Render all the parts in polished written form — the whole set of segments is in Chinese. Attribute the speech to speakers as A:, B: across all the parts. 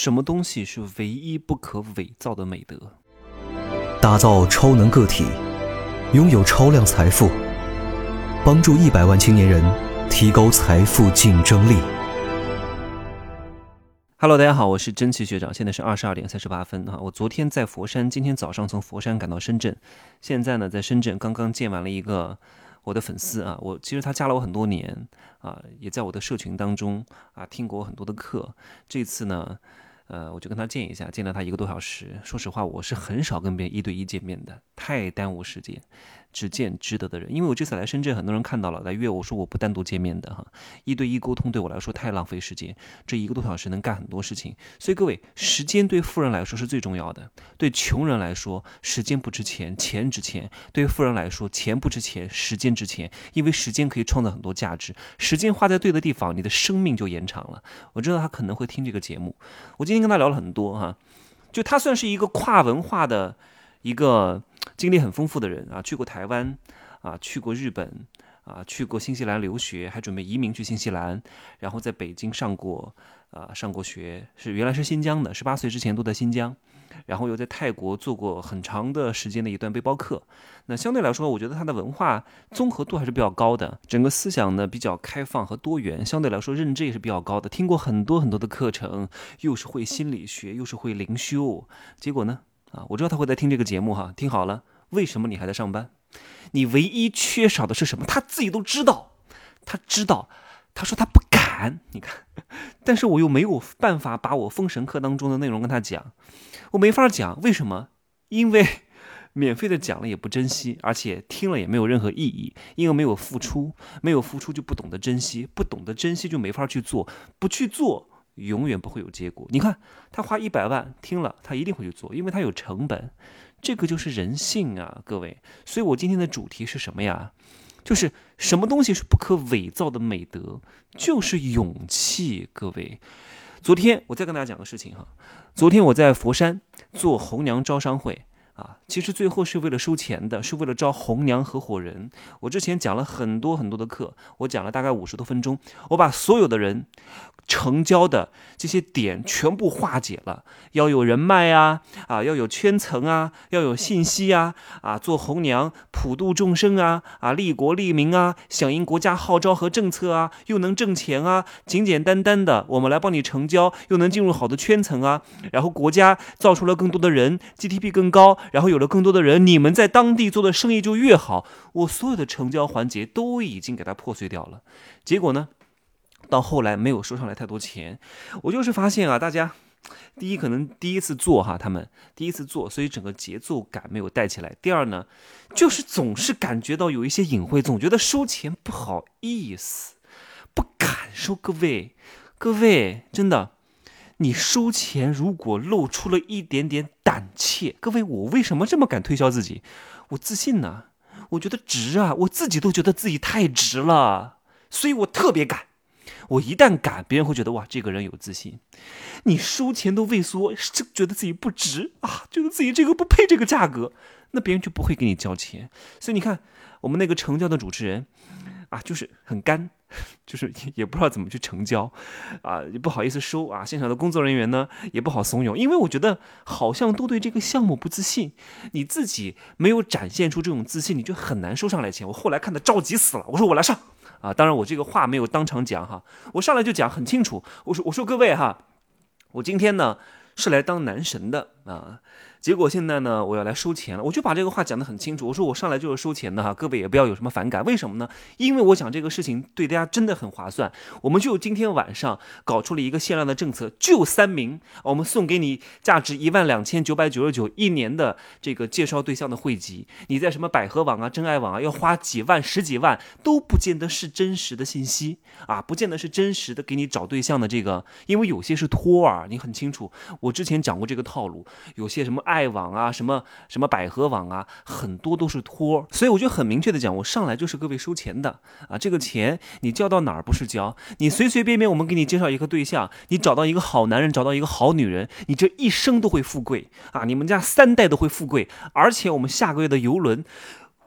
A: 什么东西是唯一不可伪造的美德？
B: 打造超能个体，拥有超量财富，帮助100万青年人提高财富竞争力。
A: Hello， 大家好，我是真奇学长，现在是22点38分啊。我昨天在佛山，今天早上从佛山赶到深圳，现在呢在深圳刚刚见完了一个我的粉丝啊，其实他加了我很多年啊，也在我的社群当中啊听过我很多的课。这次呢，我就跟他见一下，见了他1个多小时。说实话，我是很少跟别人1对1见面的，太耽误时间。只见值得的人，因为我这次来深圳，很多人看到了来约我说我不单独见面的哈，1对1沟通对我来说太浪费时间，这1个多小时能干很多事情，所以各位，时间对富人来说是最重要的，对穷人来说时间不值钱，钱值钱；对富人来说钱不值钱，时间值钱，因为时间可以创造很多价值，时间花在对的地方，你的生命就延长了。我知道他可能会听这个节目，我今天跟他聊了很多哈，就他算是一个跨文化的一个经历很丰富的人啊，去过台湾啊，去过日本啊，去过新西兰留学，还准备移民去新西兰，然后在北京上过学，原来是新疆的，18岁之前都在新疆，然后又在泰国做过很长的时间的一段背包客。那相对来说，我觉得他的文化综合度还是比较高的，整个思想呢比较开放和多元，相对来说认知也是比较高的，听过很多很多的课程，又是会心理学，又是会灵修，结果呢？我知道他会在听这个节目哈，听好了，为什么你还在上班？你唯一缺少的是什么？他自己都知道，他说他不敢，你看，但是我又没有办法把我封神课当中的内容跟他讲，我没法讲，为什么？因为免费的讲了也不珍惜，而且听了也没有任何意义，因为没有付出，没有付出就不懂得珍惜，不懂得珍惜就没法去做，不去做永远不会有结果。你看他花100万听了，他一定会去做，因为他有成本，这个就是人性啊，各位。所以我今天的主题是什么呀？就是什么东西是不可伪造的美德，就是勇气。各位，昨天我再跟大家讲个事情哈，昨天我在佛山做红娘招商会其实最后是为了收钱的，是为了招红娘合伙人。我之前讲了很多很多的课，我讲了大概50多分钟，我把所有的人成交的这些点全部化解了，要有人脉啊，要有圈层啊，要有信息啊，做红娘普度众生啊，利国利民啊，响应国家号召和政策啊，又能挣钱啊，简简单单的我们来帮你成交，又能进入好的圈层啊，然后国家造出了更多的人 GDP 更高，然后有了更多的人，你们在当地做的生意就越好。我所有的成交环节都已经给它破碎掉了，结果呢，到后来没有收上来太多钱。我就是发现大家第一可能第一次做他们第一次做，所以整个节奏感没有带起来。第二呢，就是总是感觉到有一些隐晦，总觉得收钱不好意思，不敢收。各位真的，你收钱如果露出了一点点胆怯，各位，我为什么这么敢推销自己？我自信呢，我觉得值啊，我自己都觉得自己太值了，所以我特别敢。我一旦敢，别人会觉得哇，这个人有自信。你收钱都畏缩，觉得自己不值觉得自己这个不配这个价格，那别人就不会给你交钱。所以你看，我们那个成交的主持人就是很干，就是也不知道怎么去成交也不好意思收现场的工作人员呢也不好怂恿，因为我觉得好像都对这个项目不自信，你自己没有展现出这种自信，你就很难收上来钱。我后来看得着急死了，我说我来上当然我这个话没有当场讲我上来就讲很清楚，我说各位我今天呢是来当男神的结果现在呢我要来收钱了，我就把这个话讲得很清楚，我说我上来就是收钱的各位也不要有什么反感。为什么呢？因为我讲这个事情对大家真的很划算，我们就今天晚上搞出了一个限量的政策，就3名，我们送给你价值12999一年的这个介绍对象的汇集，你在什么百合网真爱网要花几万10几万都不见得是真实的信息不见得是真实的给你找对象的这个，因为有些是托你很清楚，我之前讲过这个套路，有些什么爱网什么百合网很多都是托，所以我就很明确的讲，我上来就是各位收钱的这个钱你交到哪儿不是交？你随随便便我们给你介绍一个对象，你找到一个好男人，找到一个好女人，你这一生都会富贵你们家3代都会富贵，而且我们下个月的邮轮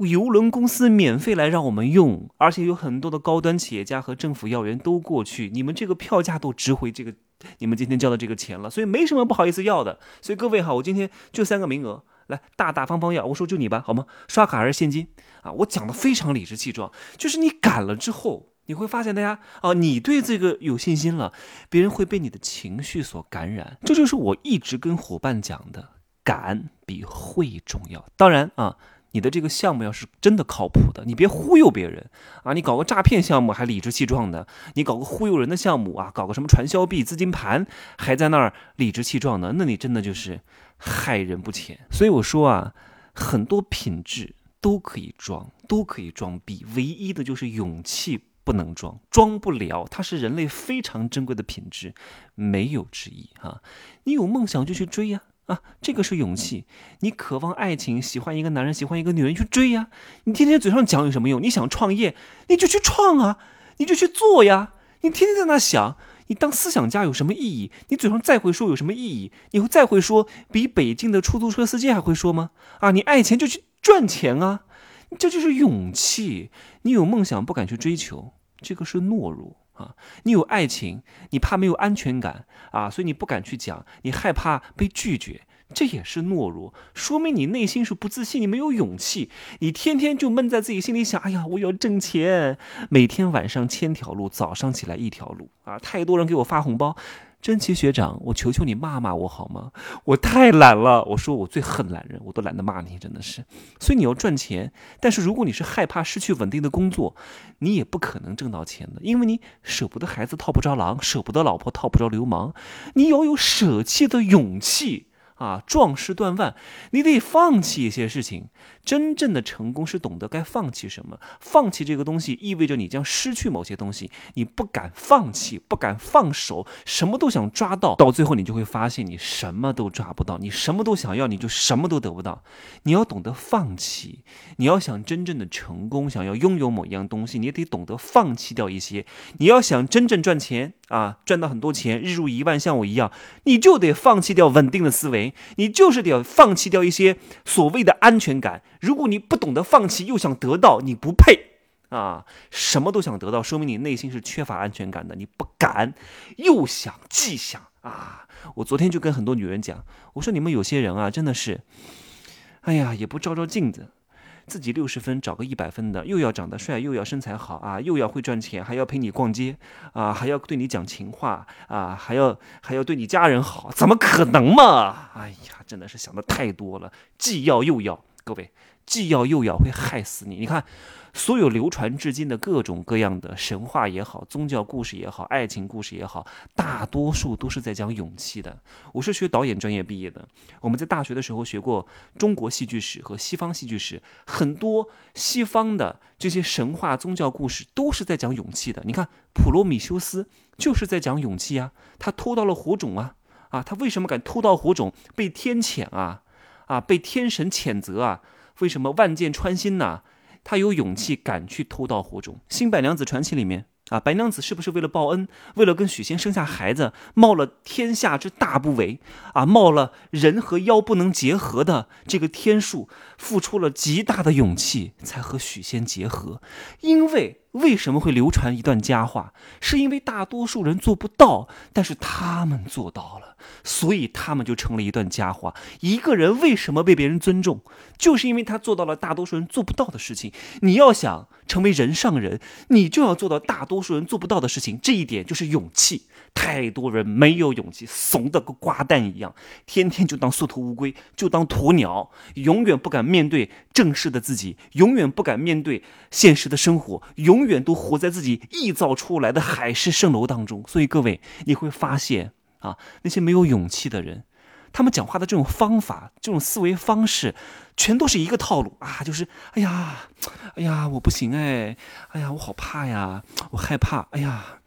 A: 邮轮公司免费来让我们用，而且有很多的高端企业家和政府要员都过去，你们这个票价都值回这个你们今天交的这个钱了，所以没什么不好意思要的。所以各位哈，我今天就3个名额，来大大方方要，我说就你吧，好吗？刷卡还是现金啊？我讲的非常理直气壮，就是你敢了之后，你会发现大家你对这个有信心了，别人会被你的情绪所感染。这就是我一直跟伙伴讲的，敢比会重要。当然你的这个项目要是真的靠谱的，你别忽悠别人你搞个诈骗项目还理直气壮的，你搞个忽悠人的项目搞个什么传销币、资金盘还在那儿理直气壮的，那你真的就是害人不浅。所以我说很多品质都可以装，都可以装逼，唯一的就是勇气不能装，装不了，它是人类非常珍贵的品质，没有之一你有梦想就去追呀这个是勇气。你渴望爱情，喜欢一个男人，喜欢一个女人，去追呀。你天天嘴上讲有什么用？你想创业，你就去创你就去做呀。你天天在那想，你当思想家有什么意义？你嘴上再会说有什么意义？你会再会说比北京的出租车司机还会说吗？你爱钱就去赚钱这就是勇气。你有梦想不敢去追求，这个是懦弱你有爱情，你怕没有安全感所以你不敢去讲，你害怕被拒绝，这也是懦弱，说明你内心是不自信，你没有勇气。你天天就闷在自己心里想，哎呀，我要挣钱，每天晚上1000条路，早上起来1条路太多人给我发红包。真奇学长，我求求你骂骂我好吗？我太懒了，我说我最恨懒人，我都懒得骂你，真的是。所以你要赚钱，但是如果你是害怕失去稳定的工作，你也不可能挣到钱的，因为你舍不得孩子套不着狼，舍不得老婆套不着流氓，你要有舍弃的勇气壮士断腕，你得放弃一些事情。真正的成功是懂得该放弃什么，放弃这个东西意味着你将失去某些东西，你不敢放弃，不敢放手，什么都想抓到，到最后你就会发现你什么都抓不到，你什么都想要，你就什么都得不到。你要懂得放弃，你要想真正的成功，想要拥有某一样东西，你也得懂得放弃掉一些。你要想真正赚钱赚到很多钱，日入1万，像我一样，你就得放弃掉稳定的思维，你就是得放弃掉一些所谓的安全感。如果你不懂得放弃又想得到，你不配什么都想得到，说明你内心是缺乏安全感的，你不敢，又想既想我昨天就跟很多女人讲，我说你们有些人真的是也不照照镜子，自己60分找个100分的，又要长得帅，又要身材好又要会赚钱，还要陪你逛街还要对你讲情话还要对你家人好，怎么可能嘛？哎呀，真的是想的太多了，既要又要，各位，既要又要会害死你。你看所有流传至今的各种各样的神话也好，宗教故事也好，爱情故事也好，大多数都是在讲勇气的。我是学导演专业毕业的，我们在大学的时候学过中国戏剧史和西方戏剧史，很多西方的这些神话宗教故事都是在讲勇气的。你看普罗米修斯就是在讲勇气他偷到了火种他为什么敢偷到火种？被天谴被天神谴责为什么万箭穿心呢？他有勇气敢去偷盗火种。新白娘子传奇里面白娘子是不是为了报恩，为了跟许仙生下孩子，冒了天下之大不韪冒了人和妖不能结合的这个天数，付出了极大的勇气才和许仙结合。因为什么会流传一段佳话？是因为大多数人做不到，但是他们做到了，所以他们就成了一段佳话。一个人为什么被别人尊重，就是因为他做到了大多数人做不到的事情。你要想成为人上人，你就要做到大多数人做不到的事情，这一点就是勇气。太多人没有勇气，怂得跟瓜蛋一样，天天就当缩头乌龟，就当鸵鸟，永远不敢面对正视的自己，永远不敢面对现实的生活，永远都活在自己臆造出来的海市蜃楼当中。所以各位，你会发现那些没有勇气的人，他们讲话的这种方法，这种思维方式，全都是一个套路就是哎呀我不行哎呀我好怕呀，我害怕，哎呀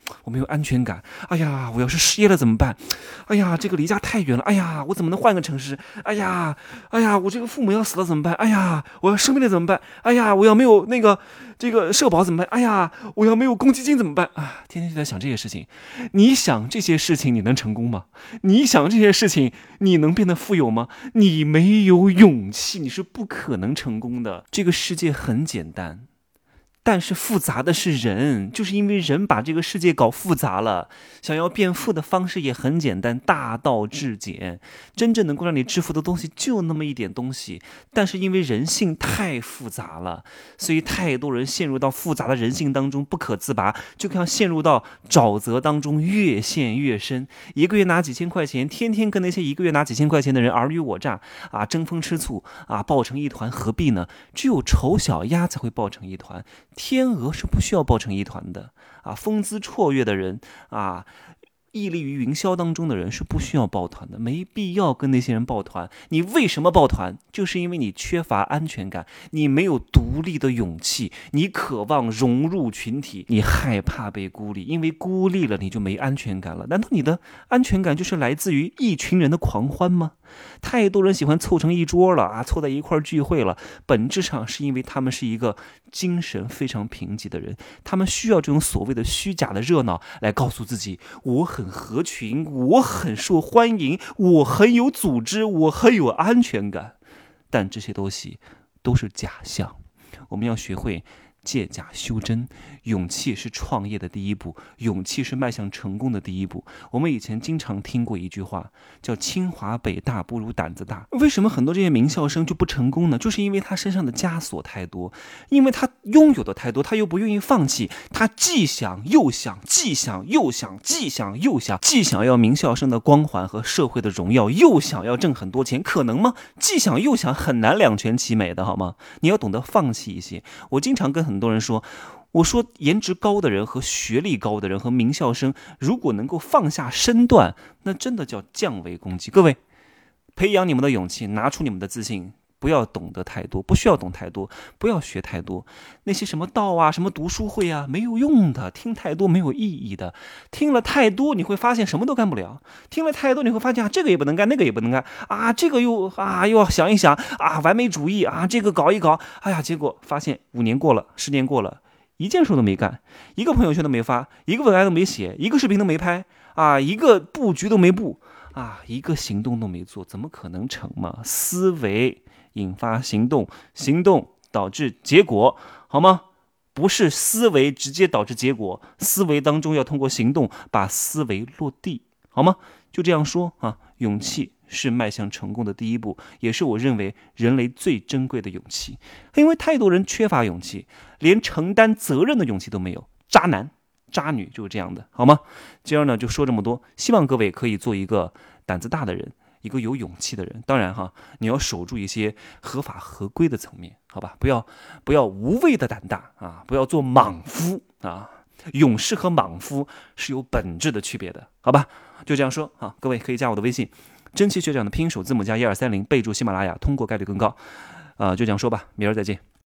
A: 我没有安全感。哎呀，我要是失业了怎么办？哎呀，这个离家太远了。哎呀，我怎么能换个城市？哎呀，我这个父母要死了怎么办？哎呀，我要生病了怎么办？哎呀，我要没有这个社保怎么办？哎呀，我要没有公积金怎么办？啊，天天就在想这些事情。你想这些事情，你能成功吗？你想这些事情，你能变得富有吗？你没有勇气，你是不可能成功的。这个世界很简单。但是复杂的是人，就是因为人把这个世界搞复杂了。想要变富的方式也很简单，大道至简。真正能够让你致富的东西就那么一点东西，但是因为人性太复杂了，所以太多人陷入到复杂的人性当中不可自拔，就像陷入到沼泽当中越陷越深。一个月拿几千块钱，天天跟那些一个月拿几千块钱的人尔虞我诈啊，争风吃醋啊，抱成一团，何必呢？只有丑小鸭才会抱成一团。天鹅是不需要抱成一团的啊，风姿绰约的人啊，屹立于云霄当中的人是不需要抱团的，没必要跟那些人抱团。你为什么抱团？就是因为你缺乏安全感，你没有独立的勇气，你渴望融入群体，你害怕被孤立，因为孤立了你就没安全感了。难道你的安全感就是来自于一群人的狂欢吗？太多人喜欢凑成一桌了啊，凑在一块聚会了，本质上是因为他们是一个精神非常贫瘠的人，他们需要这种所谓的虚假的热闹来告诉自己，我很合群，我很受欢迎，我很有组织，我很有安全感。但这些东西都是假象，我们要学会借假修真。勇气是创业的第一步，勇气是迈向成功的第一步。我们以前经常听过一句话，叫清华北大不如胆子大。为什么很多这些名校生就不成功呢？就是因为他身上的枷锁太多，因为他拥有的太多，他又不愿意放弃，他既想又想，既想又想，既想又想，既想要名校生的光环和社会的荣耀，又想要挣很多钱，可能吗？既想又想很难两全其美的，好吗？你要懂得放弃一些。我经常跟很多人说，我说颜值高的人和学历高的人和名校生，如果能够放下身段，那真的叫降维攻击。各位，培养你们的勇气，拿出你们的自信，不要懂得太多，不需要懂太多，不要学太多。那些什么道啊，什么读书会啊，没有用的，听太多没有意义的。听了太多，你会发现什么都干不了。听了太多，你会发现啊，这个也不能干，那个也不能干啊，这个又要想一想啊，完美主义啊，这个搞一搞，哎呀，结果发现5年过了，10年过了，一件事都没干，一个朋友圈都没发，一个文案都没写，一个视频都没拍啊，一个布局都没布啊，一个行动都没做，怎么可能成嘛？思维引发行动，行动导致结果，好吗？不是思维直接导致结果，思维当中要通过行动把思维落地，好吗？就这样说啊，勇气是迈向成功的第一步，也是我认为人类最珍贵的勇气。因为太多人缺乏勇气，连承担责任的勇气都没有。渣男渣女就是这样的，好吗？今儿呢就说这么多，希望各位可以做一个胆子大的人，一个有勇气的人。当然哈，你要守住一些合法合规的层面，好吧？不要无谓的胆大啊，不要做莽夫啊。勇士和莽夫是有本质的区别的，好吧？就这样说啊，各位可以加我的微信，真奇学长的拼音首字母加1230，备注喜马拉雅，通过概率更高。就这样说吧，明儿再见。